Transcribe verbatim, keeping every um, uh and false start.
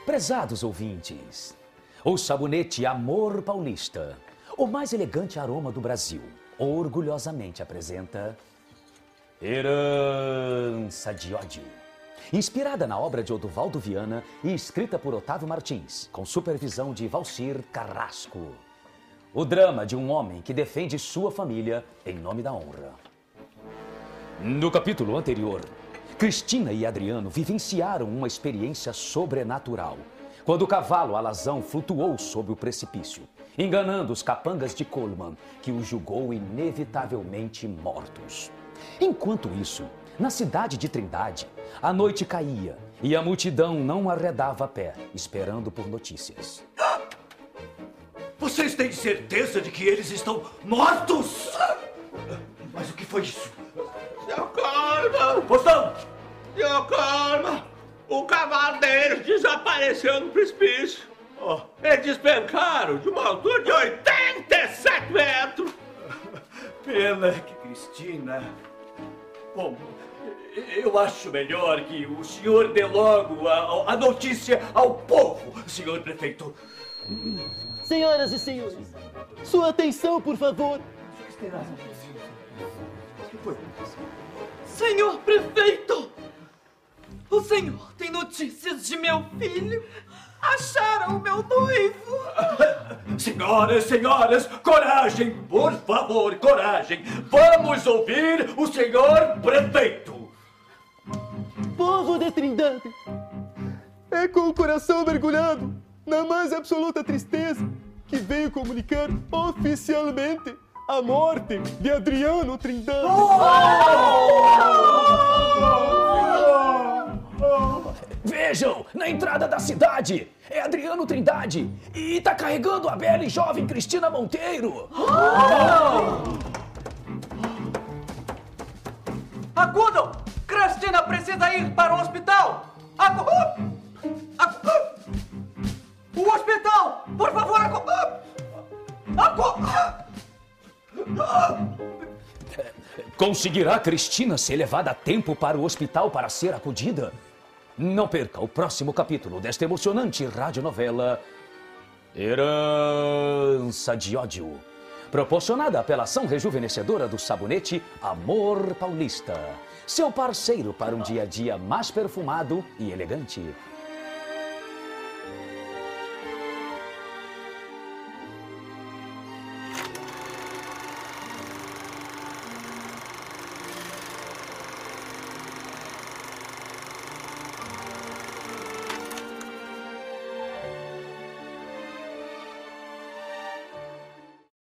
Prezados ouvintes, o sabonete Amor Paulista, o mais elegante aroma do Brasil, orgulhosamente apresenta Herança de Ódio. Inspirada na obra de Oduvaldo Viana e escrita por Otávio Martins, com supervisão de Valcir Carrasco. O drama de um homem que defende sua família em nome da honra. No capítulo anterior, Cristina e Adriano vivenciaram uma experiência sobrenatural, quando o cavalo alazão flutuou sob o precipício, enganando os capangas de Coleman, que o julgou inevitavelmente mortos. Enquanto isso, na cidade de Trindade, a noite caía e a multidão não arredava a pé, esperando por notícias. Vocês têm certeza de que eles estão mortos? Mas o que foi isso? Seu Coleman! Postão! Seu Coleman! O cavalo deles desapareceu no precipício. Oh. Eles despencaram de uma altura de oitenta e sete metros. Pena que Cristina... Bom, eu acho melhor que o senhor dê logo a, a notícia ao povo, senhor prefeito. Senhoras e senhores, sua atenção, por favor. Senhor prefeito, o senhor tem notícias de meu filho? Acharam o meu noivo? Senhoras, senhoras, coragem, por favor, coragem. Vamos ouvir o senhor prefeito. Povo de Trindade, é com o coração mergulhado na mais absoluta tristeza que venho comunicar oficialmente a morte de Adriano Trindade. Vejam, na entrada da cidade, é Adriano Trindade e tá carregando a bela e jovem Cristina Monteiro. Acudam! Cristina precisa ir para o hospital! Acudam! O hospital! Por favor, acudam! Acudam! Conseguirá Cristina ser levada a tempo para o hospital para ser acudida? Não perca o próximo capítulo desta emocionante radionovela Herança de Ódio, proporcionada pela ação rejuvenescedora do sabonete Amor Paulista, seu parceiro para um dia a dia mais perfumado e elegante.